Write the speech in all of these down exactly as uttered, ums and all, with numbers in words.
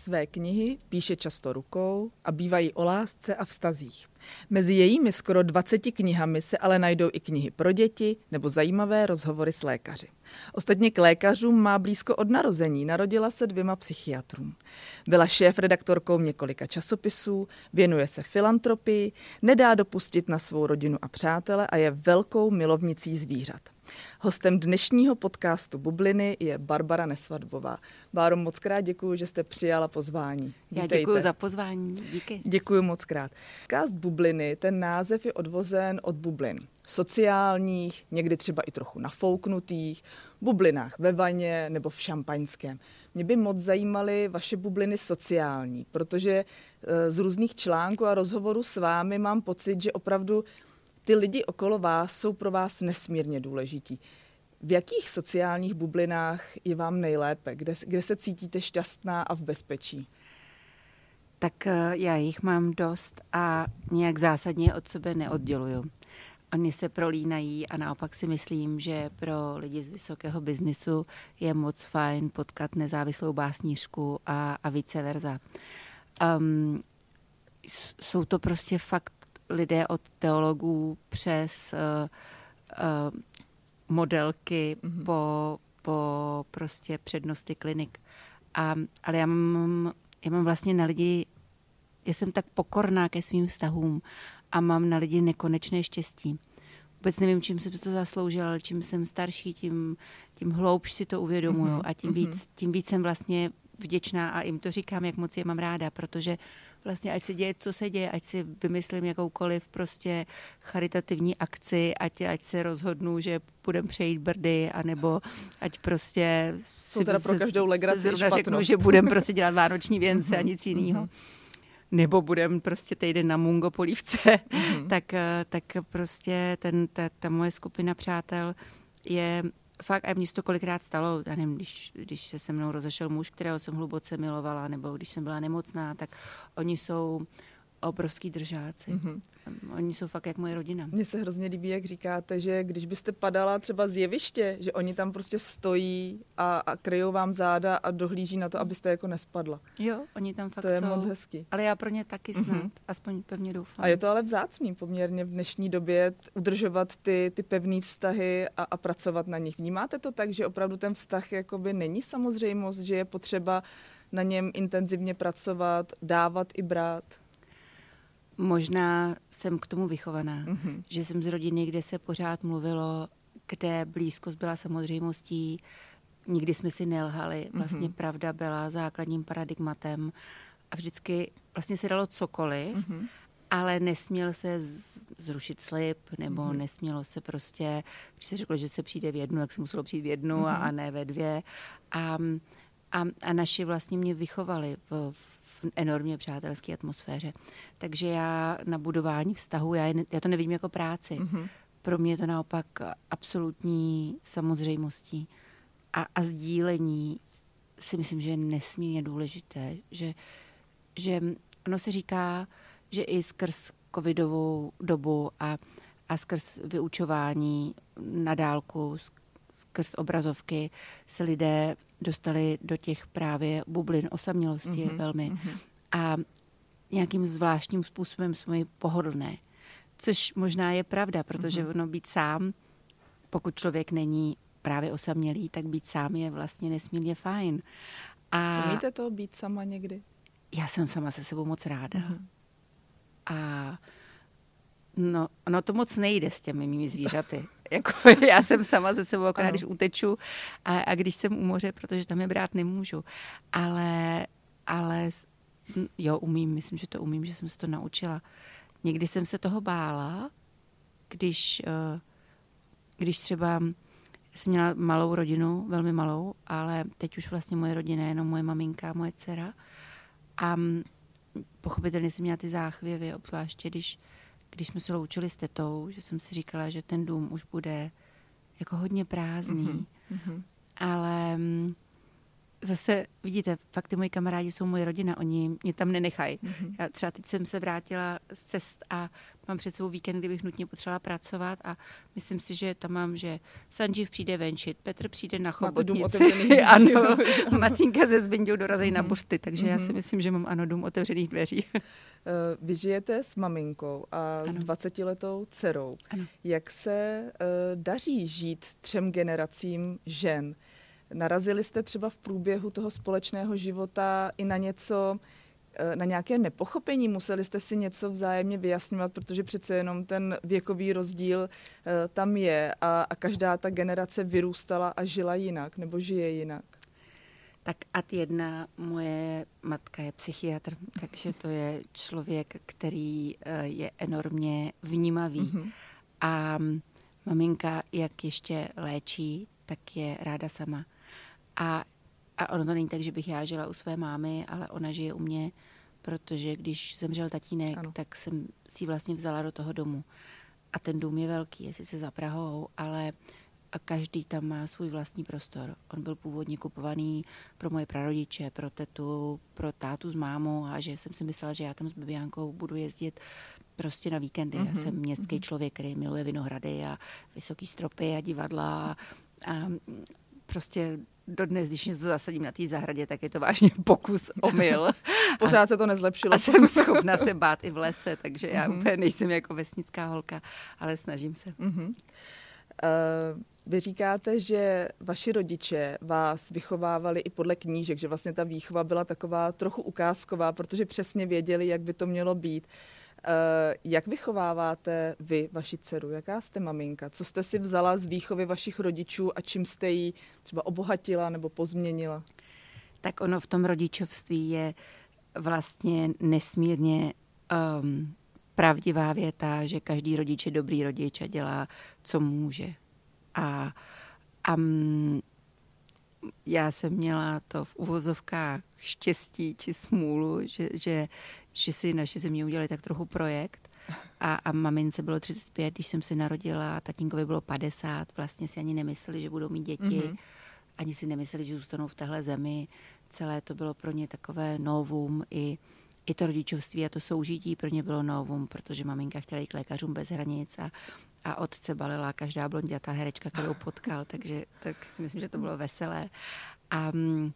Své knihy píše často rukou a bývají o lásce a vztazích. Mezi jejími skoro dvaceti knihami se ale najdou i knihy pro děti nebo zajímavé rozhovory s lékaři. Ostatně k lékařům má blízko od narození, narodila se dvěma psychiatrům. Byla šéfredaktorkou několika časopisů, věnuje se filantropii, nedá dopustit na svou rodinu a přátele a je velkou milovnicí zvířat. Hostem dnešního podcastu Bubliny je Barbara Nesvadbová. Báro, moc krát děkuji, že jste přijala pozvání. Vítejte. Já děkuji za pozvání, díky. Děkuji moc krát. Podcast Bubliny, ten název je odvozen od bublin sociálních, někdy třeba i trochu nafouknutých, bublinách ve vaně nebo v šampaňském. Mě by moc zajímaly vaše bubliny sociální, protože z různých článků a rozhovorů s vámi mám pocit, že opravdu ty lidi okolo vás jsou pro vás nesmírně důležití. V jakých sociálních bublinách je vám nejlépe? Kde, kde se cítíte šťastná a v bezpečí? Tak já jich mám dost a nějak zásadně od sebe neodděluju. Oni se prolínají a naopak si myslím, že pro lidi z vysokého biznisu je moc fajn potkat nezávislou básnířku a, a vice versa. Um, jsou to prostě fakt lidé od teologů přes uh, uh, modelky mm-hmm. po, po prostě přednosty klinik. A, ale já mám, já mám vlastně na lidi, já jsem tak pokorná ke svým vztahům a mám na lidi nekonečné štěstí. Vůbec nevím, čím jsem to zasloužila, ale čím jsem starší, tím, tím hloubš si to uvědomuju mm-hmm. a tím víc, tím víc jsem vlastně vděčná a jim to říkám, jak moc je mám ráda, protože vlastně ať se děje, co se děje, ať si vymyslím jakoukoliv prostě charitativní akci, ať, ať se rozhodnu, že budem přejít Brdy, anebo ať prostě jsou teda pro každou legraci se zrovna řeknu, že budem prostě dělat vánoční věnce a nic jiného. Nebo budem prostě týden na Mungo Polívce, mm-hmm. tak, tak prostě ten, ta, ta moje skupina přátel je fakt, a mně se to kolikrát stalo, já nevím, když, když se se mnou rozešel muž, kterého jsem hluboce milovala, nebo když jsem byla nemocná, tak oni jsou obrovský držáci. Mm-hmm. Oni jsou fakt jak moje rodina. Mně se hrozně líbí, jak říkáte, že když byste padala třeba z jeviště, že oni tam prostě stojí a, a kryjou vám záda a dohlíží na to, abyste jako nespadla. Jo, oni tam fakt to je jsou. moc hezký. Ale já pro ně taky snad, mm-hmm. aspoň pevně doufám. A je to ale vzácný poměrně v dnešní době udržovat ty, ty pevné vztahy a, a pracovat na nich. Vnímáte to tak, že opravdu ten vztah jakoby není samozřejmost, že je potřeba na něm intenzivně pracovat, dávat i brát? Možná jsem k tomu vychovaná, mm-hmm. že jsem z rodiny, kde se pořád mluvilo, kde blízkost byla samozřejmostí, nikdy jsme si nelhali, vlastně mm-hmm. pravda byla základním paradigmatem a vždycky vlastně se dalo cokoliv, mm-hmm. ale nesměl se zrušit slib, nebo mm-hmm. nesmělo se prostě, když se řeklo, že se přijde v jednu, tak se muselo přijít v jednu mm-hmm. a, a ne ve dvě. A, a, a naši vlastně mě vychovali v, v enormně přátelské atmosféře. Takže já na budování vztahu, já, já to nevidím jako práci. Mm-hmm. Pro mě je to naopak absolutní samozřejmostí. A, a sdílení si myslím, že je nesmírně důležité. Že, že ono se říká, že i skrz covidovou dobu a, a skrz vyučování na dálku, skrz obrazovky se lidé dostali do těch právě bublin osamělosti mm-hmm, velmi. Mm-hmm. A nějakým zvláštním způsobem jsme pohodlné. Což možná je pravda, protože mm-hmm. ono být sám, pokud člověk není právě osamělý, tak být sám je vlastně nesmírně fajn. A umíte to být sama někdy? Já jsem sama se sebou moc ráda. Mm-hmm. A no, no to moc nejde s těmi mými zvířaty. Jako, já jsem sama se sebou, akorát když uteču a, a když jsem u moře, protože tam je brát nemůžu. Ale, ale jo, umím, myslím, že to umím, že jsem se to naučila. Někdy jsem se toho bála, když, když třeba jsem měla malou rodinu, velmi malou, ale teď už vlastně moje rodina je jenom moje maminka, moje dcera. A pochopitelně jsem měla ty záchvěvy, obzvláště když když jsme se loučili s tetou, že jsem si říkala, že ten dům už bude jako hodně prázdný. Mm-hmm. Ale zase, vidíte, fakt ty moji kamarádi jsou moje rodina, oni mě tam nenechají. Mm-hmm. Já třeba teď jsem se vrátila z cest a mám před sebou víkend, kdy bych nutně potřebovala pracovat a myslím si, že tam mám, že Sanjiv přijde venčit, Petr přijde na chobotnici, ano, Macínka ze Zbindou dorazí mm-hmm. na buřty, takže mm-hmm. já si myslím, že mám ano, dům otevřených dveří. Vy žijete s maminkou a ano. s dvacetiletou dcerou. Ano. Jak se uh, daří žít třem generacím žen? Narazili jste třeba v průběhu toho společného života i na něco, na nějaké nepochopení? Museli jste si něco vzájemně vyjasňovat, protože přece jenom ten věkový rozdíl tam je a, a každá ta generace vyrůstala a žila jinak nebo žije jinak? Tak ad jedna, moje matka je psychiatr, takže to je člověk, který je enormně vnímavý. Mm-hmm. A maminka, jak ještě léčí, tak je ráda sama. A, a ono to není tak, že bych já žila u své mámy, ale ona žije u mě, protože když zemřel tatínek, ano. tak jsem si ji vlastně vzala do toho domu. A ten dům je velký, je sice za Prahou, ale každý tam má svůj vlastní prostor. On byl původně kupovaný pro moje prarodiče, pro tetu, pro tátu s mámou a že jsem si myslela, že já tam s Bibiánkou budu jezdit prostě na víkendy. Mm-hmm. Já jsem městský mm-hmm. člověk, který miluje vinohrady a vysoký stropy a divadla a prostě dodnes, když něco zasadím na té zahradě, tak je to vážně pokus omyl. Pořád se to nezlepšilo. A jsem schopna se bát i v lese, takže já mm-hmm. úplně nejsem jako vesnická holka, ale snažím se. Mm-hmm. Uh, vy říkáte, že vaši rodiče vás vychovávali i podle knížek, že vlastně ta výchova byla taková trochu ukázková, protože přesně věděli, jak by to mělo být. Uh, jak vychováváte vy vaši dceru? Jaká jste maminka? Co jste si vzala z výchovy vašich rodičů a čím jste ji třeba obohatila nebo pozměnila? Tak ono v tom rodičovství je vlastně nesmírně um, pravdivá věta, že každý rodič je dobrý rodič a dělá, co může. A, a já jsem měla to v uvozovkách štěstí či smůlu, že, že, že si naši ze mě udělali tak trochu projekt a, a mamince bylo třicet pět, když jsem se narodila, a tatínkovi bylo padesát, vlastně si ani nemysleli, že budou mít děti, mm-hmm. ani si nemysleli, že zůstanou v téhle zemi. Celé to bylo pro ně takové novum, i, i to rodičovství a to soužití pro ně bylo novum, protože maminka chtěla jít k lékařům bez hranic a A otce balila každá blondětá herečka, kterou potkal, takže tak si myslím, že to bylo veselé. A,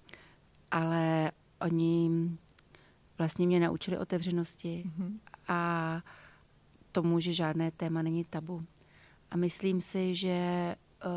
ale oni vlastně mě naučili otevřenosti mm-hmm. a tomu, že žádné téma není tabu. A myslím si, že,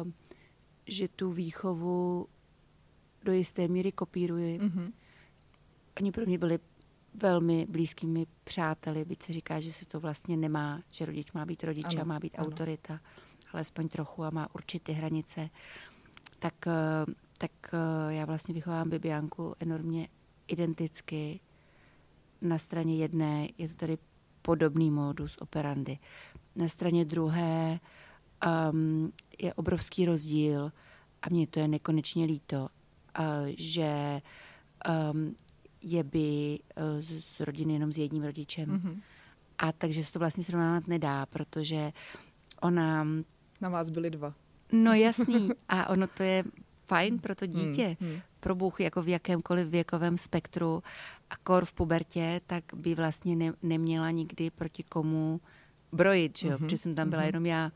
že tu výchovu do jisté míry kopíruji. Mm-hmm. Oni pro mě byli velmi blízkými přáteli, byť se říká, že se to vlastně nemá, že rodič má být rodič a má být ano. autorita, alespoň trochu a má určité hranice. Tak, tak já vlastně vychovám Bibiánku enormně identicky. Na straně jedné je to tady podobný modus operandi. Na straně druhé um, je obrovský rozdíl a mně to je nekonečně líto, uh, že um, je by z, z rodiny jenom s jedním rodičem. Mm-hmm. A takže se to vlastně srovnávat nedá, protože ona... Na vás byly dva. No jasný. A ono to je fajn pro to dítě. Mm-hmm. Pro Bůh jako v jakémkoliv věkovém spektru a kor v pubertě, tak by vlastně ne, neměla nikdy proti komu brojit, že jo? Mm-hmm. Protože jsem tam byla mm-hmm. jenom já.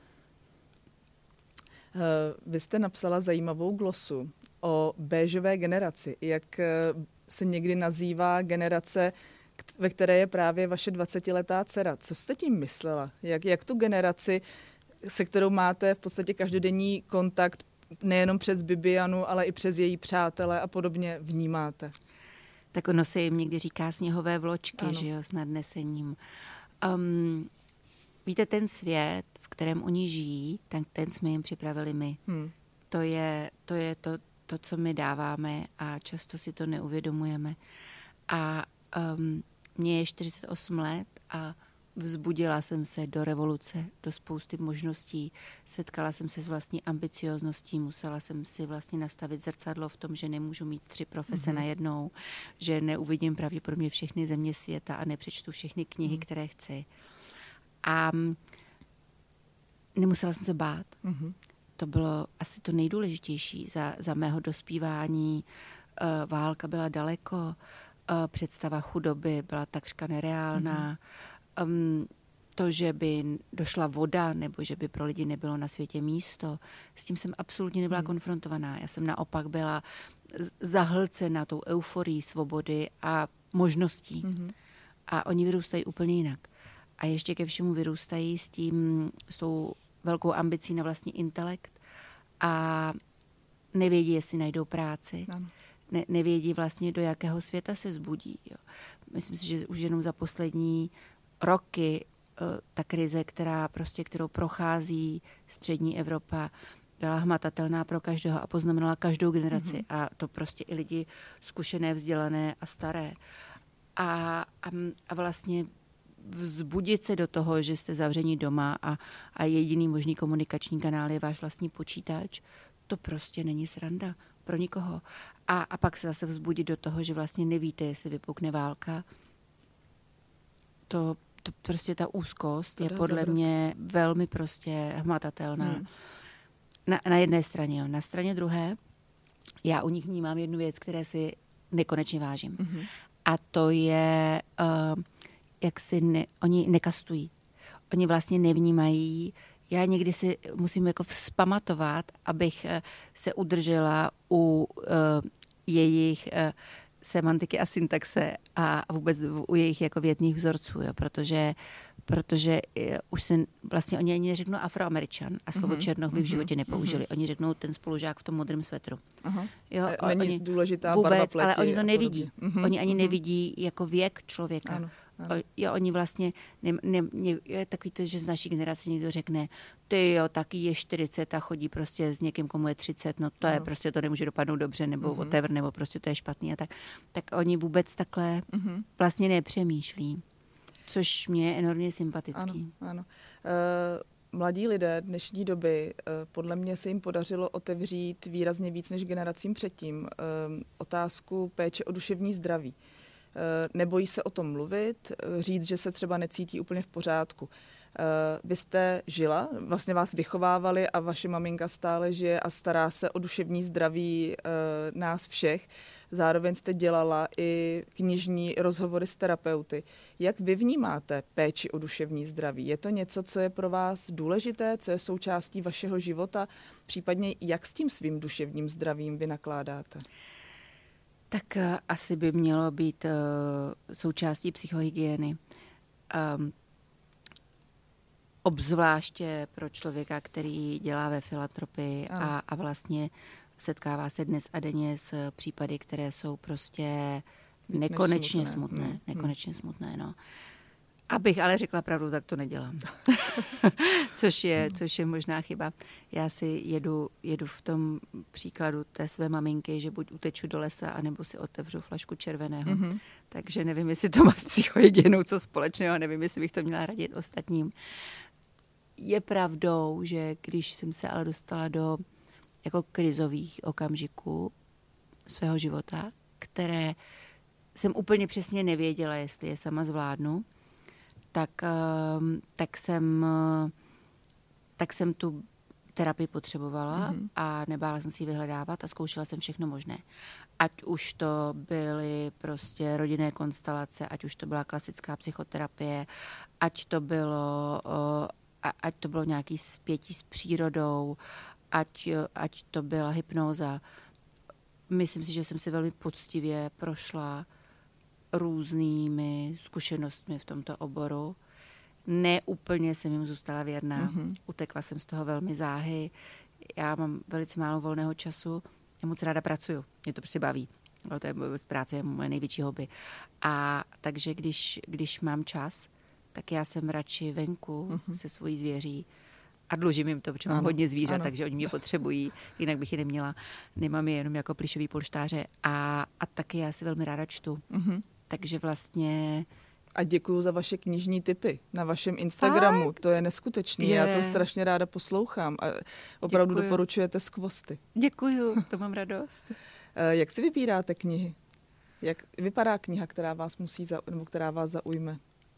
Uh, vy jste napsala zajímavou glosu o béžové generaci. Jak se někdy nazývá generace, ve které je právě vaše dvacetiletá dcera. Co jste tím myslela? Jak, jak tu generaci, se kterou máte v podstatě každodenní kontakt, nejenom přes Bibianu, ale i přes její přátele a podobně vnímáte? Tak ono se jim někdy říká sněhové vločky, ano. že jo, s nadnesením. Um, víte, ten svět, v kterém oni žijí, tak ten jsme jim připravili my. Hmm. To je to, je to to, co my dáváme a často si to neuvědomujeme. A um, mně je čtyřicet osm let a vzbudila jsem se do revoluce, do spousty možností. Setkala jsem se s vlastní ambiciozností, musela jsem si vlastně nastavit zrcadlo v tom, že nemůžu mít tři profese mm-hmm. najednou, že neuvidím pravděpodobně všechny země světa a nepřečtu všechny knihy, mm-hmm. které chci. A nemusela jsem se bát. Mm-hmm. To bylo asi to nejdůležitější za, za mého dospívání. válka byla daleko, představa chudoby byla takřka nereálná. Mm-hmm. To, že by došla voda nebo že by pro lidi nebylo na světě místo, s tím jsem absolutně nebyla mm. konfrontovaná. Já jsem naopak byla zahlcena tou euforií svobody a možností. Mm-hmm. A oni vyrůstají úplně jinak. A ještě ke všemu vyrůstají s tím, s tou velkou ambicí na vlastní intelekt a nevědí, jestli najdou práci. Ne, nevědí vlastně, do jakého světa se zbudí. Jo. Myslím si, že už jenom za poslední roky ta krize, která prostě, kterou prochází střední Evropa, byla hmatatelná pro každého a poznamenala každou generaci. Mm-hmm. A to prostě i lidi zkušené, vzdělané a staré. A, a, a vlastně vzbudit se do toho, že jste zavření doma a, a jediný možný komunikační kanál je váš vlastní počítač, to prostě není sranda pro nikoho. A, a pak se zase vzbudit do toho, že vlastně nevíte, jestli vypukne válka. To To prostě ta úzkost to je podle zabrat. Mě velmi prostě hmatatelná. Hmm. Na, na jedné straně, jo. Na straně druhé, já u nich vnímám jednu věc, které si nekonečně vážím. Hmm. A to je, uh, jak si ne, oni nekastují. Oni vlastně nevnímají. Já někdy si musím jako vzpamatovat, abych se udržela u uh, jejich uh, semantiky a syntaxe a vůbec u jejich jako větných vzorců, jo, protože, protože už se vlastně oni ani neřeknou Afroameričan a slovo mm-hmm. černoch by v životě nepoužili. Mm-hmm. Oni řeknou ten spolužák v tom modrém svetru. Uh-huh. Jo, Není oni, důležitá vůbec, barva pleti. Ale oni to nevidí. Mm-hmm. Oni ani mm-hmm. nevidí jako věk člověka. Ano. Ano. Jo, oni vlastně, ne, ne, ne, je takový to, že z naší generace někdo řekne, ty jo, taky je čtyřicet a chodí prostě s někým, komu je třicet, no to ano. je prostě, to nemůže dopadnout dobře, nebo mm-hmm. whatever, nebo prostě to je špatný a tak. Tak oni vůbec takhle mm-hmm. vlastně nepřemýšlí, což mě je enormně sympatický. Ano, ano. Uh, mladí lidé dnešní doby, uh, podle mě se jim podařilo otevřít výrazně víc než generacím předtím uh, otázku péče o duševní zdraví. Nebojí se o tom mluvit, říct, že se třeba necítí úplně v pořádku. Vy jste žila, vlastně vás vychovávali a vaše maminka stále žije a stará se o duševní zdraví nás všech. Zároveň jste dělala i knižní rozhovory s terapeuty. Jak vy vnímáte péči o duševní zdraví? Je to něco, co je pro vás důležité, co je součástí vašeho života? Případně jak s tím svým duševním zdravím vy nakládáte? Tak uh, asi by mělo být uh, součástí psychohygieny. Um, obzvláště pro člověka, který dělá ve filantropii a, a vlastně setkává se dnes a denně s případy, které jsou prostě víc nekonečně smutné. smutné. Hmm. Nekonečně smutné, no. Abych ale řekla pravdu, tak to nedělám. což, je, což je možná chyba. Já si jedu, jedu v tom příkladu té své maminky, že buď uteču do lesa, anebo si otevřu flašku červeného. Mm-hmm. Takže nevím, jestli to má s psychohygienou co společného, nevím, jestli bych to měla radit ostatním. Je pravdou, že když jsem se ale dostala do jako krizových okamžiků svého života, které jsem úplně přesně nevěděla, jestli je sama zvládnu, tak, tak, jsem, tak jsem tu terapii potřebovala mm-hmm. a nebála jsem si ji vyhledávat a zkoušela jsem všechno možné. Ať už to byly prostě rodinné konstelace, ať už to byla klasická psychoterapie, ať to bylo, ať to bylo nějaký spětí s přírodou, ať, ať to byla hypnóza. Myslím si, že jsem si velmi poctivě prošla různými zkušenostmi v tomto oboru. Ne úplně jsem jim zůstala věrná. Mm-hmm. Utekla jsem z toho velmi záhy. Já mám velice málo volného času. Já moc ráda pracuju. Mě to prostě baví. No, to je z práce je moje největší hobby. A takže když, když mám čas, tak já jsem radši venku mm-hmm. se svojí zvěří a dlužím jim to, protože mám ano, hodně zvířat, ano. takže oni mě potřebují, jinak bych je neměla. Nemám je jenom jako plyšový polštáře. A, a taky já si velmi ráda čtu. Mm-hmm. Takže vlastně... A děkuju za vaše knižní tipy na vašem Instagramu. Tak? To je neskutečný. Je. Já to strašně ráda poslouchám. A opravdu děkuju. Doporučujete skvosty. Děkuju, to mám radost. Jak si vybíráte knihy? Jak vypadá kniha, která vás musí za, nebo která vás zaujme?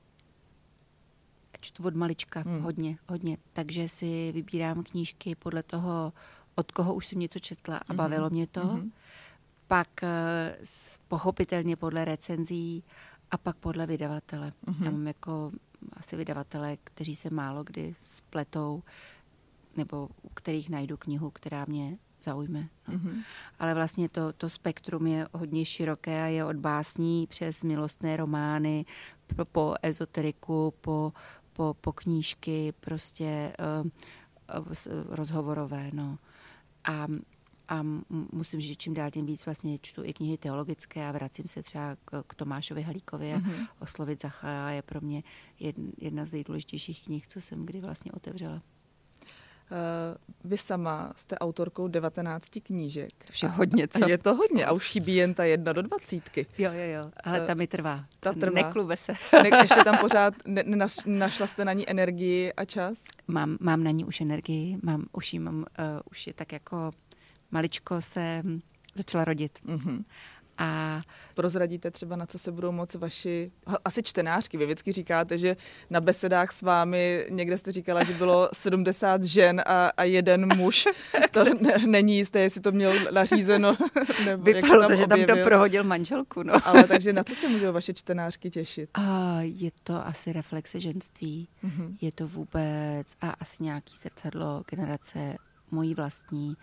Čtu od malička, hmm. hodně, hodně. Takže si vybírám knížky podle toho, od koho už jsem něco četla a bavilo mě to. Hmm. pak pochopitelně podle recenzí a pak podle vydavatele. Mm-hmm. Já mám jako asi vydavatele, kteří se málo kdy spletou, nebo u kterých najdu knihu, která mě zaujme. No. Mm-hmm. Ale vlastně to, to spektrum je hodně široké a je od básní přes milostné romány, po, po ezoteriku, po, po, po knížky, prostě uh, uh, rozhovorové. No. A A musím říct, čím dál tím víc vlastně čtu i knihy teologické a vracím se třeba k, k Tomášovi Halíkovi a mm-hmm. Oslovit Zachaja je pro mě jedna z nejdůležitějších knih, co jsem kdy vlastně otevřela. Uh, vy sama jste autorkou devatenácti knížek. To už je hodně, co? Je to hodně a už chybí jen ta jedna do dvacítky. Jo, jo, jo, ale ta mi trvá. Ta trvá. Neklube se. Ne, ještě tam pořád ne, ne, našla jste na ní energii a čas? Mám, mám na ní už energii, mám, už, jí mám, uh, už je tak jako maličko se začala rodit. Mm-hmm. A prozradíte třeba, na co se budou moct vaši, asi čtenářky. Vy vždycky říkáte, že na besedách s vámi, někde jste říkala, že bylo sedmdesát žen a, a jeden muž. To ne, není jisté, jestli to měl nařízeno. Nebo vypadalo to, že tam to prohodil manželku. No. Ale takže na co se můžou vaše čtenářky těšit? A je to asi reflexe ženství. Mm-hmm. Je to vůbec a asi nějaký zrcadlo generace mojí vlastní.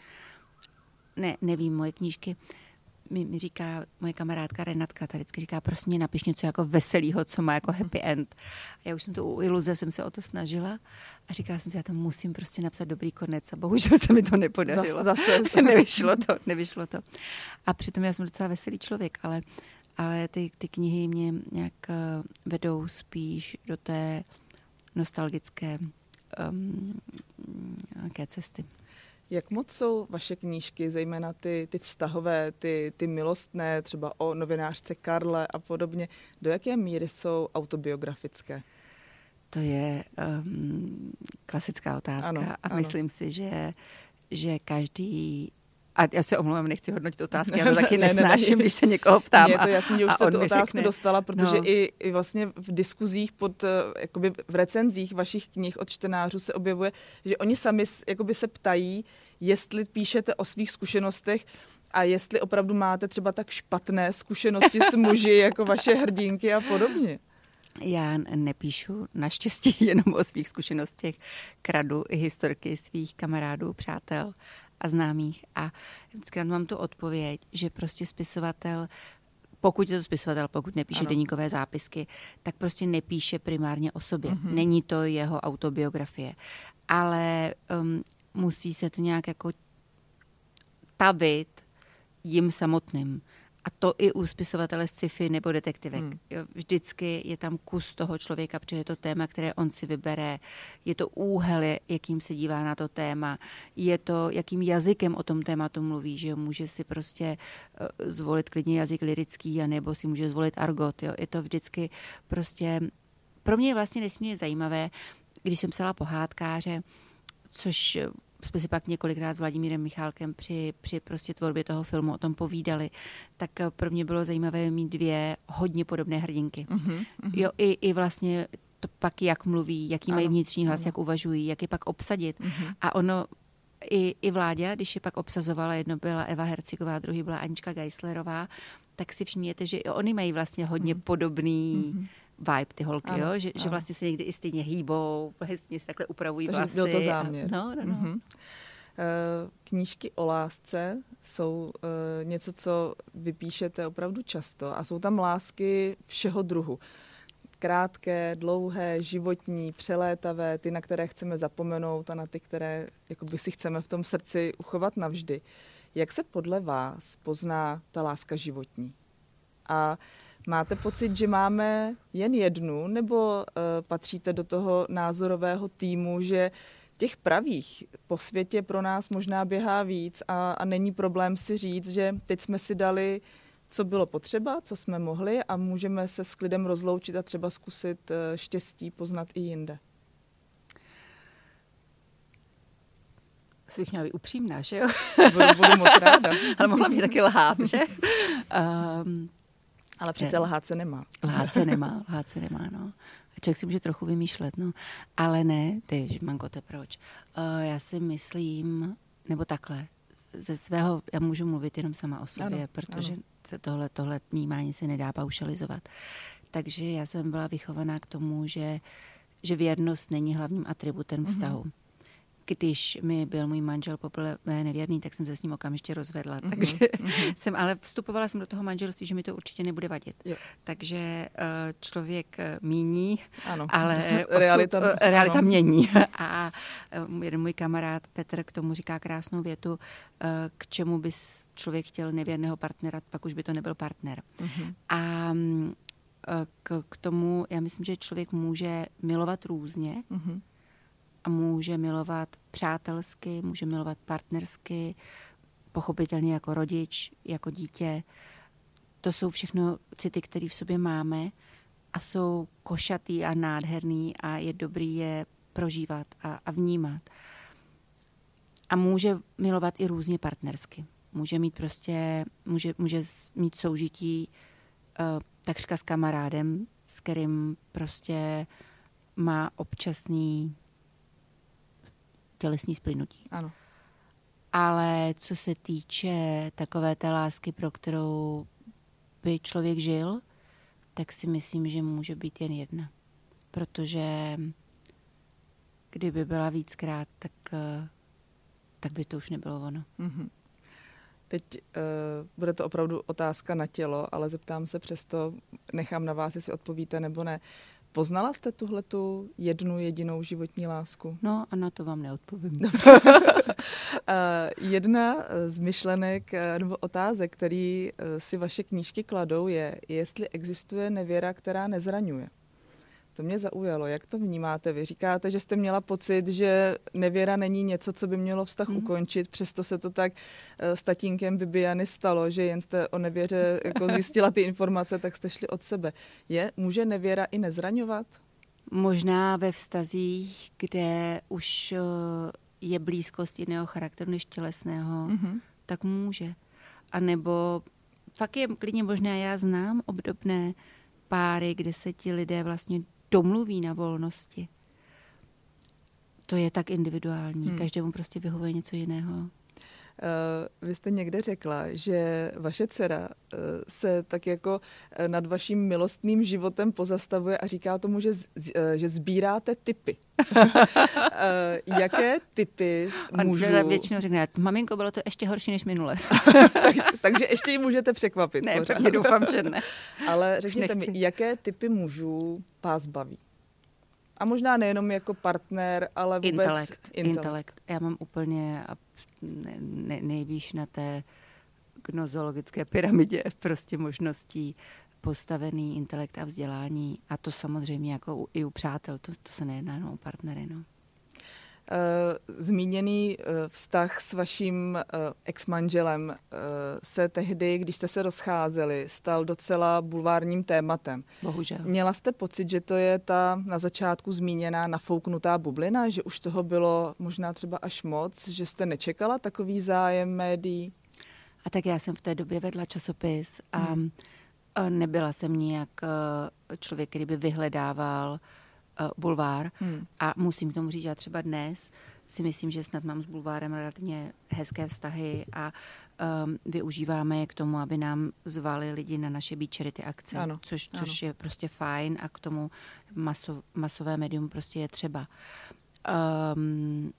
Ne, nevím, moje knížky, mi, mi říká moje kamarádka Renatka, ta vždycky říká, prosím mě napiš něco jako veselýho, co má jako happy end. A já už jsem to u Iluze, jsem se o to snažila a říkala jsem si, já to musím prostě napsat dobrý konec a bohužel se mi to nepodařilo. Zase. nevyšlo to, nevyšlo to. A přitom já jsem docela veselý člověk, ale, ale ty, ty knihy mě nějak vedou spíš do té nostalgické um, nějaké cesty. Jak moc jsou vaše knížky, zejména ty, ty vztahové, ty, ty milostné, třeba o novinářce Karle a podobně, do jaké míry jsou autobiografické? To je um, klasická otázka ano, a ano. Myslím si, že, že každý... A já se omlouvám, nechci hodnotit otázky, já to taky ne, nesnáším, ne, ne. Když se někoho ptám. Je to jasný, že už jste tu otázku řekne, dostala, protože no. i, i vlastně v diskuzích, pod, jakoby v recenzích vašich knih od čtenářů se objevuje, že oni sami jakoby se ptají, jestli píšete o svých zkušenostech a jestli opravdu máte třeba tak špatné zkušenosti s muži jako vaše hrdinky a podobně. Já nepíšu naštěstí jenom o svých zkušenostech, kradu i historky svých kamarádů, přátel a známých. A vždycky na to mám tu odpověď, že prostě spisovatel, pokud je to spisovatel, pokud nepíše ano. deníkové zápisky, tak prostě nepíše primárně o sobě. Mm-hmm. Není to jeho autobiografie. Ale um, musí se to nějak jako tavit jim samotným. A to i u spisovatele sci-fi nebo detektivek. Hmm. Vždycky je tam kus toho člověka, protože je to téma, které on si vybere. Je to úhel, jakým se dívá na to téma. Je to, jakým jazykem o tom tématu mluví, že může si prostě zvolit klidně jazyk lirický, anebo si může zvolit argot. Jo. Je to vždycky prostě... Pro mě je vlastně nesmírně zajímavé, když jsem psala pohádkáře, což... jsme si pak několikrát s Vladimírem Michálkem při, při prostě tvorbě toho filmu o tom povídali, tak pro mě bylo zajímavé mít dvě hodně podobné hrdinky. Uh-huh, uh-huh. Jo, i, i vlastně to pak, jak mluví, jaký ano, mají vnitřní hlas, ano. jak uvažují, jak je pak obsadit. Uh-huh. A ono, i, i Vláďa, když je pak obsazovala, jedno byla Eva Hercigová, druhý byla Anička Geislerová, tak si všimněte, že i oni mají vlastně hodně uh-huh. podobný uh-huh. vibe, ty holky, ano, jo? Že, že vlastně se někdy i stejně hýbou, hezně se takhle upravují takže vlasy. byl to záměr. A, no, no, no. Mm-hmm. Knížky o lásce jsou uh, něco, co vypíšete opravdu často a jsou tam lásky všeho druhu. Krátké, dlouhé, životní, přelétavé, ty, na které chceme zapomenout a na ty, které jakoby si chceme v tom srdci uchovat navždy. Jak se podle vás pozná ta láska životní? A máte pocit, že máme jen jednu, nebo uh, patříte do toho názorového týmu, že těch pravých po světě pro nás možná běhá víc a, a není problém si říct, že teď jsme si dali, co bylo potřeba, co jsme mohli a můžeme se s klidem rozloučit a třeba zkusit uh, štěstí poznat i jinde? Jsi bych měla být upřímná, že jo? Budu, budu moc ráda. Ale mohla bych taky lhát, že? Um, Ale přece lhát se nemá. Lhát se nemá, lhát se nemá, no. A člověk si může trochu vymýšlet, no. Ale ne, ty, Mangote, proč? Uh, já si myslím, nebo takhle, ze svého, já můžu mluvit jenom sama o sobě, ano, protože ano. se tohle, tohle vnímání se nedá paušalizovat. Takže já jsem byla vychovaná k tomu, že, že věrnost není hlavním atributem vztahu. Mm-hmm. Když mi byl můj manžel poprvé nevěrný, tak jsem se s ním okamžitě rozvedla. Mm-hmm. Takže mm-hmm. jsem, ale vstupovala jsem do toho manželství, že mi to určitě nebude vadit. Jo. Takže člověk míní, ano. ale realita, osud, realita ano. mění. A jeden můj kamarád Petr k tomu říká krásnou větu, k čemu by člověk chtěl nevěrného partnera, pak už by to nebyl partner. Mm-hmm. A k, k tomu, já myslím, že člověk může milovat různě, mm-hmm. a může milovat přátelsky, může milovat partnersky, pochopitelně jako rodič, jako dítě. To jsou všechno city, které v sobě máme a jsou košatý a nádherný a je dobrý je prožívat a, a vnímat. A může milovat i různě partnersky. Může mít prostě, může, může mít soužití uh, takřka s kamarádem, s kterým prostě má občasný tělesní splynutí. Ano. Ale co se týče takové té lásky, pro kterou by člověk žil, tak si myslím, že může být jen jedna. Protože kdyby byla víckrát, tak, tak by to už nebylo ono. Mm-hmm. Teď uh, bude to opravdu otázka na tělo, ale zeptám se přesto, nechám na vás, jestli odpovíte nebo ne. Poznala jste tuhletu jednu jedinou životní lásku? No a na to vám neodpovím. Jedna z myšlenek nebo otázek, který si vaše knížky kladou, je, jestli existuje nevěra, která nezraňuje. To mě zaujalo. Jak to vnímáte? Vy říkáte, že jste měla pocit, že nevěra není něco, co by mělo vztah mm. ukončit, přesto se to tak s tatínkem Bibiany stalo, že jen jste o nevěře jako zjistila ty informace, tak jste šli od sebe. Je, může nevěra i nezraňovat? Možná ve vztazích, kde už je blízkost jiného charakteru než tělesného, mm-hmm. tak může. A nebo fakt je klidně možné, já znám obdobné páry, kde se ti lidé vlastně domluví na volnosti. To je tak individuální. Hmm. Každému prostě vyhovuje něco jiného. Uh, vy jste někde řekla, že vaše dcera uh, se tak jako uh, nad vaším milostným životem pozastavuje a říká tomu, že, z, uh, že sbíráte typy. uh, jaké typy můžu... On většinou řekne, maminko, bylo to ještě horší než minule. tak, takže ještě ji můžete překvapit. Ne, pevně doufám, že ne. Ale řekněte mi, jaké typy mužů vás baví? A možná nejenom jako partner, ale vůbec... Intelekt. Intelekt. Intelekt. Já mám úplně ne, nejvýš na té gnozologické pyramidě prostě možností postavený intelekt a vzdělání. A to samozřejmě jako u, i u přátel, to, to se nejedná jenom o partnery. No. Zmíněný vztah s vaším exmanželem se tehdy, když jste se rozcházeli, stal docela bulvárním tématem. Bohužel. Měla jste pocit, že to je ta na začátku zmíněná nafouknutá bublina, že už toho bylo možná třeba až moc, že jste nečekala takový zájem médií? A tak já jsem v té době vedla časopis a hmm. nebyla jsem nijak člověk, který by vyhledával Uh, bulvár hmm. a musím k tomu říct, že třeba dnes si myslím, že snad mám s bulvárem relativně hezké vztahy a um, využíváme je k tomu, aby nám zvali lidi na naše beat charity akce, ano, což, což ano. je prostě fajn a k tomu maso, masové médium prostě je třeba. Um,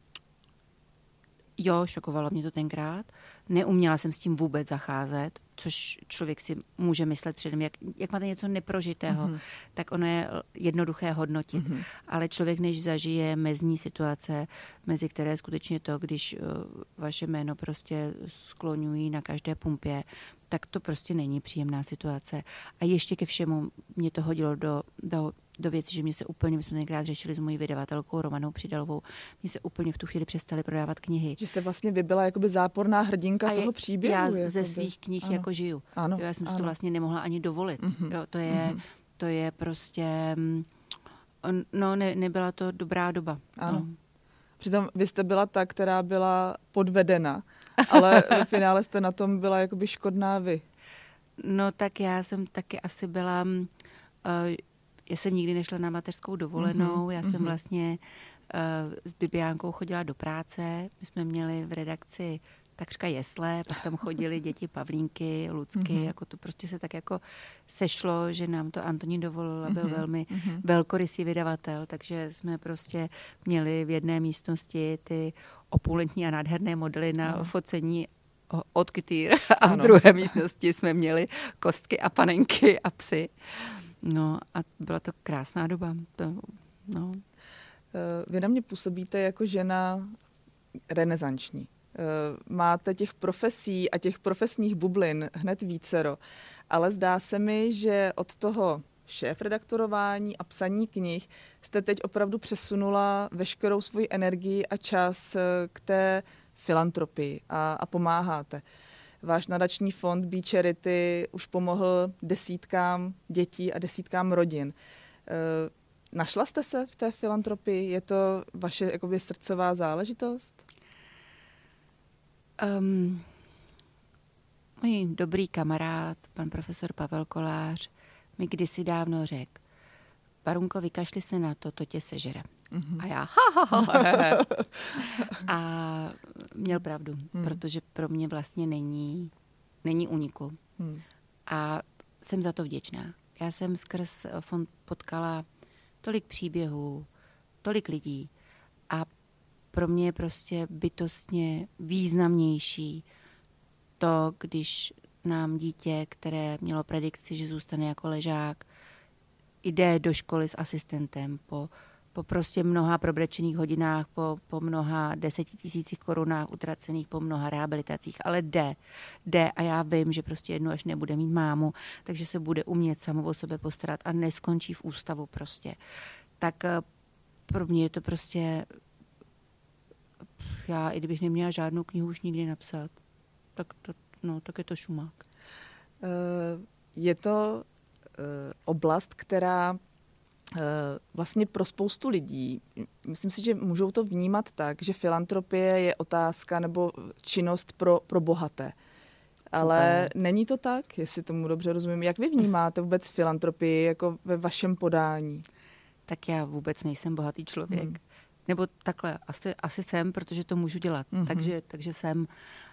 jo, šokovalo mě to tenkrát. Neuměla jsem s tím vůbec zacházet, což člověk si může myslet předem. Jak, jak máte něco neprožitého, mm-hmm. tak ono je jednoduché hodnotit. Mm-hmm. Ale člověk, než zažije mezní situace, mezi které skutečně to, když uh, vaše jméno prostě skloňují na každé pumpě, tak to prostě není příjemná situace. A ještě ke všemu mě to hodilo do, do, do věci, že mě se úplně, my jsme tenkrát řešili s mojí vydavatelkou Romanou Přidalovou, mě se úplně v tu chvíli přestali prodávat knihy. Že jste vlastně vy byla jakoby záporná hrdinka a toho příběhu. Já jakoby. ze svých knih ano. jako žiju. Ano, jo, já jsem ano. si to vlastně nemohla ani dovolit. Mm-hmm. Jo, to, je, mm-hmm. to je prostě, no ne, nebyla to dobrá doba. Ano. No. Přitom vy jste byla ta, která byla podvedena, ale ve finále jste na tom byla jakoby škodná vy. No tak já jsem taky asi byla, uh, já jsem nikdy nešla na mateřskou dovolenou, mm-hmm. já jsem vlastně uh, s Bibiánkou chodila do práce, my jsme měli v redakci takřka jesle, pak tam chodili děti Pavlínky, Lucky, mm-hmm. jako to prostě se tak jako sešlo, že nám to Antonín dovolil, byl mm-hmm. velmi mm-hmm. velkorysý vydavatel, takže jsme prostě měli v jedné místnosti ty opulentní a nádherné modely na no. focení od kytýr a v ano. druhé místnosti jsme měli kostky a panenky a psy. No a byla to krásná doba. No. Vy na mě působíte jako žena renesanční. Máte těch profesí a těch profesních bublin hned vícero, ale zdá se mi, že od toho šéfredaktorování a psaní knih jste teď opravdu přesunula veškerou svoji energii a čas k té filantropii a, a pomáháte. Váš nadační fond Be Charity už pomohl desítkám dětí a desítkám rodin. E, našla jste se v té filantropii? Je to vaše jakoby srdcová záležitost? Um, můj dobrý kamarád, pan profesor Pavel Kolář, mi kdysi dávno řekl, Barunko, vykašli se na to, to tě sežere. Mm-hmm. A já ha, ha, ha. A měl pravdu, mm. protože pro mě vlastně není, není úniku. Mm. A jsem za to vděčná. Já jsem skrz fond potkala tolik příběhů, tolik lidí a pro mě je prostě bytostně významnější to, když nám dítě, které mělo predikci, že zůstane jako ležák, jde do školy s asistentem po, po prostě mnoha probrečených hodinách, po, po mnoha desetitisících korunách utracených, po mnoha rehabilitacích, ale jde, jde a já vím, že prostě jednou až nebude mít mámu, takže se bude umět samou o sebe postarat a neskončí v ústavu prostě. Tak pro mě je to prostě, já i kdybych neměla žádnou knihu už nikdy napsat, tak, to, no, tak je to šumák. Uh, je to oblast, která vlastně pro spoustu lidí, myslím si, že můžou to vnímat tak, že filantropie je otázka nebo činnost pro, pro bohaté. Ale Super. Není to tak, jestli tomu dobře rozumím. Jak vy vnímáte vůbec filantropii jako ve vašem podání? Tak já vůbec nejsem bohatý člověk. Hmm. Nebo takhle, asi, asi jsem, protože to můžu dělat. Hmm. Takže, takže jsem,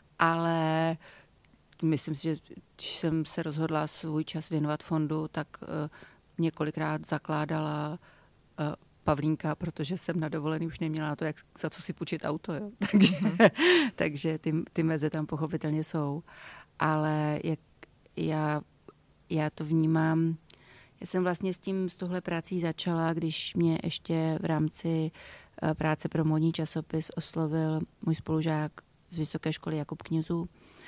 ale myslím si, že když jsem se rozhodla svůj čas věnovat fondu, tak uh, několikrát zakládala uh, Pavlínka, protože jsem na dovolený už neměla na to, jak, za co si půjčit auto. Jo. Takže, mm-hmm. takže ty, ty meze tam pochopitelně jsou. Ale jak já, já to vnímám, já jsem vlastně s tím, s tohle prací začala, když mě ještě v rámci uh, práce pro módní časopis oslovil můj spolužák z Vysoké školy Jakub Knězů,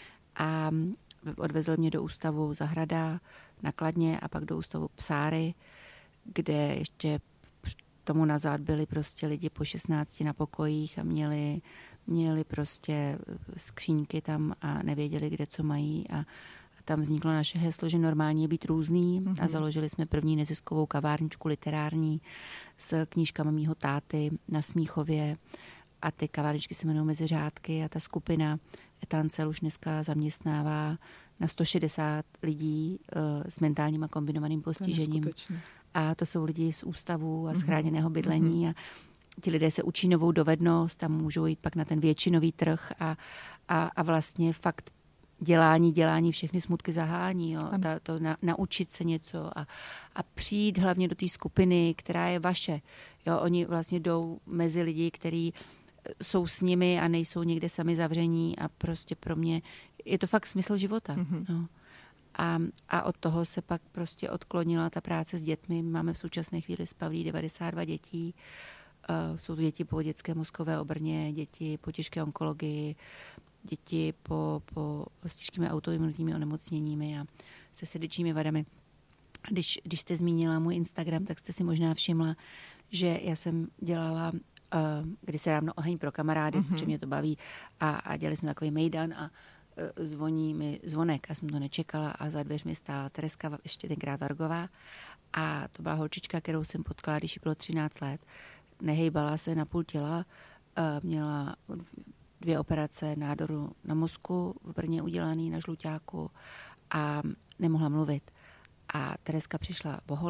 a odvezl mě do ústavu Zahrada na Kladně a pak do ústavu Psáry, kde ještě tomu nazad byli prostě lidi po šestnácti na pokojích a měli, měli prostě skříňky tam a nevěděli, kde co mají a, a tam vzniklo naše heslo, že normálně je být různý mm-hmm. a založili jsme první neziskovou kavárničku literární s knížkami mýho táty na Smíchově a ty kavárničky se jmenují Mezi řádky a ta skupina Etancel už dneska zaměstnává na sto šedesát lidí uh, s mentálním a kombinovaným postižením. A to jsou lidi z ústavu a z chráněného bydlení. Mm-hmm. A ti lidé se učí novou dovednost a můžou jít pak na ten většinový trh a, a, a vlastně fakt dělání, dělání všechny smutky zahání. Jo? Ta, to na, naučit se něco a, a přijít hlavně do té skupiny, která je vaše. Jo? Oni vlastně jdou mezi lidi, kteří jsou s nimi a nejsou někde sami zavření a prostě pro mě je to fakt smysl života. Mm-hmm. No. A, a od toho se pak prostě odklonila ta práce s dětmi. Máme v současné chvíli z Pavlí devadesát dva dětí. Uh, jsou to děti po dětské mozkové obrně, děti po těžké onkologii, děti po, po s těžkými autoimunitními onemocněními a se srdečními vadami. Když, když jste zmínila můj Instagram, tak jste si možná všimla, že já jsem dělala Uh, kdy se dávno oheň pro kamarády, mm-hmm. protože mě to baví a, a dělali jsme takový mejdan a uh, zvoní mi zvonek a jsem to nečekala a za dveřmi stála Tereska, ještě tenkrát Vargová a to byla holčička, kterou jsem potkala, když jí bylo třináct let. Nehejbala se na půl těla, uh, měla dvě operace nádoru na mozku v Brně udělaný na žluťáku a nemohla mluvit. A Tereska přišla v holi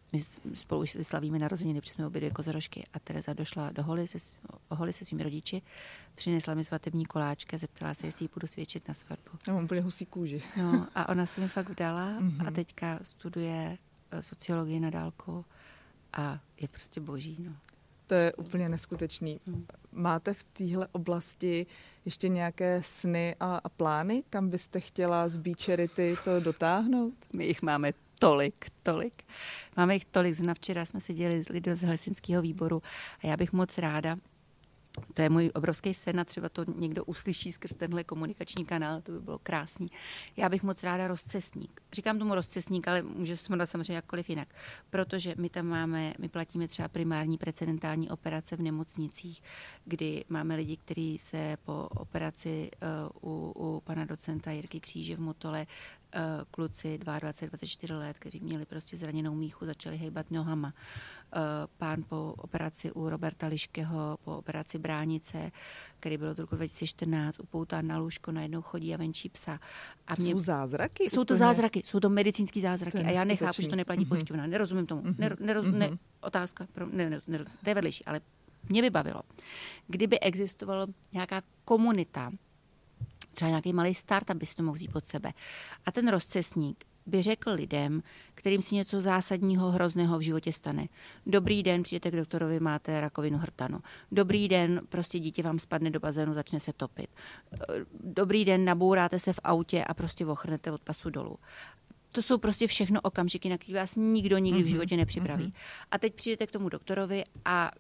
my spolu už slavíme narozeniny, protože jsme obě dvě kozorožky a Tereza došla do holy se, holy se svými rodiči, přinesla mi svatební koláčky a zeptala se, jestli ji půjdu svědčit na svatbu. Já mám úplně husí kůži. No a ona se mi fakt vdala mm-hmm. a teďka studuje sociologii na dálku a je prostě boží. No. To je úplně neskutečný. Hmm. Máte v téhle oblasti ještě nějaké sny a, a plány, kam byste chtěla z Be Charity to dotáhnout? My jich máme tolik, tolik. Máme jich tolik. Zrovna včera jsme seděli s lidmi z helsinského výboru a já bych moc ráda, to je můj obrovský sen a třeba to někdo uslyší skrz tenhle komunikační kanál, to by bylo krásný. Já bych moc ráda rozcestník. Říkám tomu rozcestník, ale může se jmenovat samozřejmě jakkoliv jinak. Protože my tam máme, my platíme třeba primární precedentální operace v nemocnicích, kdy máme lidi, kteří se po operaci uh, u, u pana docenta Jirky Kříže v Motole uh, kluci dvacet dva, dvacet čtyři let, kteří měli prostě zraněnou míchu, začali hejbat nohama. Uh, pán po operaci u Roberta Liškeho, po operaci bránice, který byl od roku dva tisíce čtrnáct, upoután na lůžko, najednou chodí a venčí psa. A mě... Jsou zázraky? Jsou to úplně... zázraky, jsou to medicínský zázraky. A já nechápu, že to neplatí mm-hmm. pojišťovna. Nerozumím tomu. Mm-hmm. Ner, neroz, mm-hmm. ne, otázka, pro, ne, ne, ne, to je vedlejší, ale mě by bavilo, kdyby existovala nějaká komunita, třeba nějaký malý startup by si to mohl vzít pod sebe. A ten rozcestník by řekl lidem, kterým si něco zásadního, hrozného v životě stane. Dobrý den, přijdete k doktorovi, máte rakovinu hrtanu. Dobrý den, prostě dítě vám spadne do bazénu, začne se topit. Dobrý den, nabouráte se v autě a prostě ochrnete od pasu dolů. To jsou prostě všechno okamžiky, na které vás nikdo nikdy v životě nepřipraví. Mm-hmm. A teď přijdete k tomu doktorovi a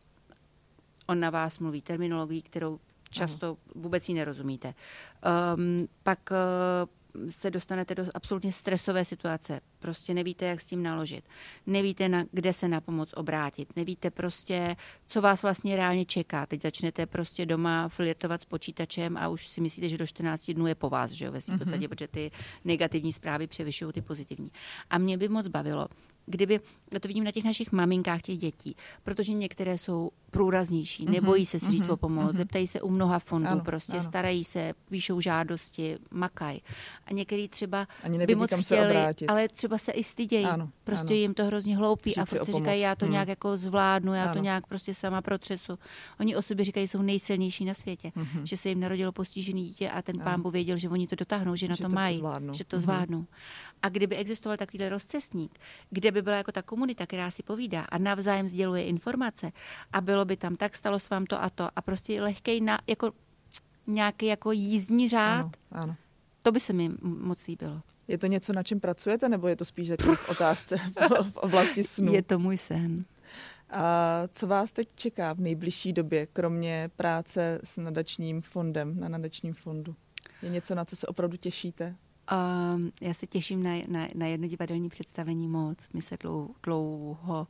on na vás mluví terminologií, kterou často vůbec jí nerozumíte. Um, pak uh, se dostanete do absolutně stresové situace. Prostě nevíte, jak s tím naložit. Nevíte, na, kde se na pomoc obrátit. Nevíte prostě, co vás vlastně reálně čeká. Teď začnete prostě doma flirtovat s počítačem a už si myslíte, že do čtrnácti dnů je po vás, že jo, ve svým mm-hmm. podstatě, protože ty negativní zprávy převyšují ty pozitivní. A mě by moc bavilo, kdyby, to vidím na těch našich maminkách těch dětí, protože některé jsou průraznější, mm-hmm, nebojí se si říct mm-hmm, o pomoc, mm-hmm. zeptají se u mnoha fondů, ano, prostě ano. starají se, píšou žádosti, makají. A některý třeba by moc chtěli, ale třeba se i stydějí. Ano, prostě ano. jim to hrozně hloupí a furt si říkají, já to hmm. nějak jako zvládnu, já ano. to nějak prostě sama protřesu. Oni o sobě říkají, jsou nejsilnější na světě, mm-hmm. že se jim narodilo postižený dítě a ten ano. pán Bůh věděl, že oni to dotáhnou, že na že to, to mají, zvládnou. že to mm-hmm. zvládnou. A kdyby existoval takovýhle rozcestník, kde by byla jako ta komunita, která si povídá a navzájem sděluje informace a bylo by tam, tak stalo se vám to a to a prostě lehkej na, jako nějaký jako jízdní řád, ano, ano. to by se mi moc líbilo. Je to něco, na čem pracujete, nebo je to spíš zatím v otázce v oblasti snu? Je to můj sen. A co vás teď čeká v nejbližší době, kromě práce s nadačním fondem, na nadačním fondu? Je něco, na co se opravdu těšíte? Um, já se těším na, na, na jedno divadelní představení moc. My se dlou, dlouho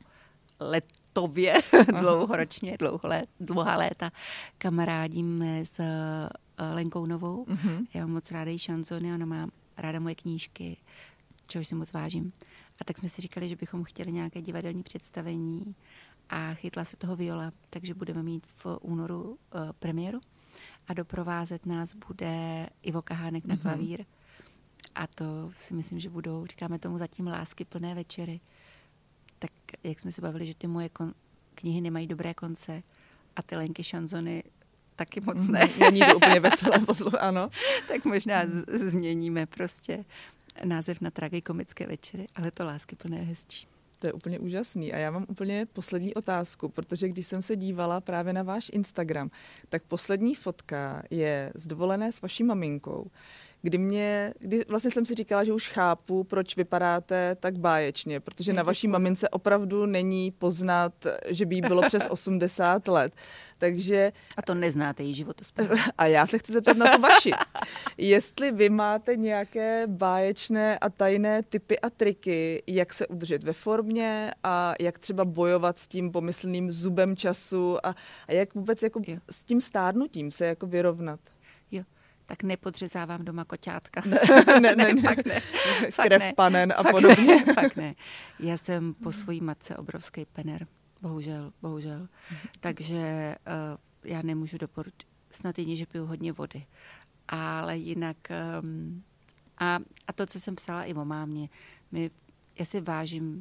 letově, dlouhoročně, dlouho let, dlouhá léta kamarádíme s uh, Lenkou Novou. Mm-hmm. Já mám moc ráda její šanzony, ona má ráda moje knížky, čehož si moc vážím. A tak jsme si říkali, že bychom chtěli nějaké divadelní představení a chytla se toho Viola, takže budeme mít v únoru uh, premiéru a doprovázet nás bude Ivo Kahánek na klavír. Mm-hmm. A to si myslím, že budou, říkáme tomu zatím lásky plné večery. Tak jak jsme se bavili, že ty moje kon- knihy nemají dobré konce a ty Lenky šanzony taky moc ne. Není to úplně veselé poslouchat, ano. Tak možná z- změníme prostě název na tragikomické večery, ale to lásky plné je hezčí. To je úplně úžasný. A já mám úplně poslední otázku, protože když jsem se dívala právě na váš Instagram, tak poslední fotka je z dovolené s vaší maminkou, kdy mě, kdy vlastně jsem si říkala, že už chápu, proč vypadáte tak báječně, protože na vaší mamince opravdu není poznat, že by jí bylo přes osmdesát let. Takže... A to neznáte její životospis. A já se chci zeptat na to vaši. Jestli vy máte nějaké báječné a tajné tipy a triky, jak se udržet ve formě a jak třeba bojovat s tím pomyslným zubem času a, a jak vůbec jako s tím stárnutím se jako vyrovnat. Jo. Tak nepodřezávám doma koťátka. Ne, ne, ne, ne. Fakt ne. Krev ne. panen a fakt podobně. Ne, fakt ne. Já jsem po svojí matce obrovský pener. Bohužel, bohužel. Takže uh, já nemůžu doporučit. Snad jedině, že piju hodně vody. Ale jinak... Um, a, a to, co jsem psala i o mámě, my, já si vážím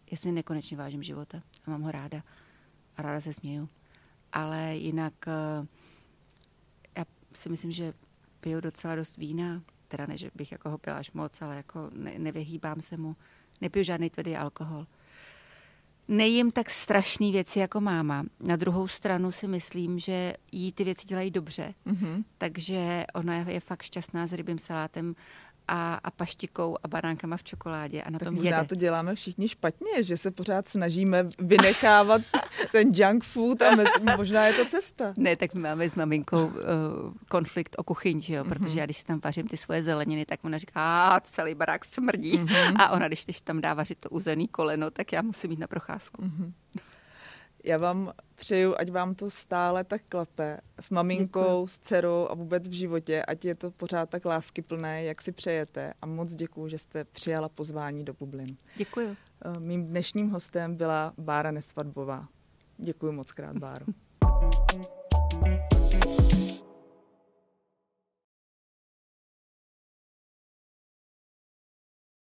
Já si nekonečně vážím života a mám ho ráda. A ráda se směju. Ale jinak já si myslím, že piju docela dost vína. Teda ne, že bych jako ho pila až moc, ale jako ne, nevyhýbám se mu. Nepiju žádný tvrdý alkohol. Nejím tak strašný věci jako máma. Na druhou stranu si myslím, že jí ty věci dělají dobře. Mm-hmm. Takže ona je fakt šťastná s rybím salátem a, a paštikou a banánkama v čokoládě a na tak tom možná jede. to děláme všichni špatně, že se pořád snažíme vynechávat ten junk food a mezi, možná je to cesta. Ne, tak my máme s maminkou uh, konflikt o kuchyň, že jo? Protože mm-hmm. já, když si tam vařím ty svoje zeleniny, tak ona říká, celý barák smrdí. Mm-hmm. A ona, když, když tam dá vařit to uzený koleno, tak já musím jít na procházku. Mm-hmm. Já vám přeju, ať vám to stále tak klape s maminkou, děkuju. S dcerou a vůbec v životě, ať je to pořád tak láskyplné, jak si přejete. A moc děkuju, že jste přijala pozvání do Bublin. Děkuju. Mým dnešním hostem byla Bára Nesvadbová. Děkuju moc krát, Báro.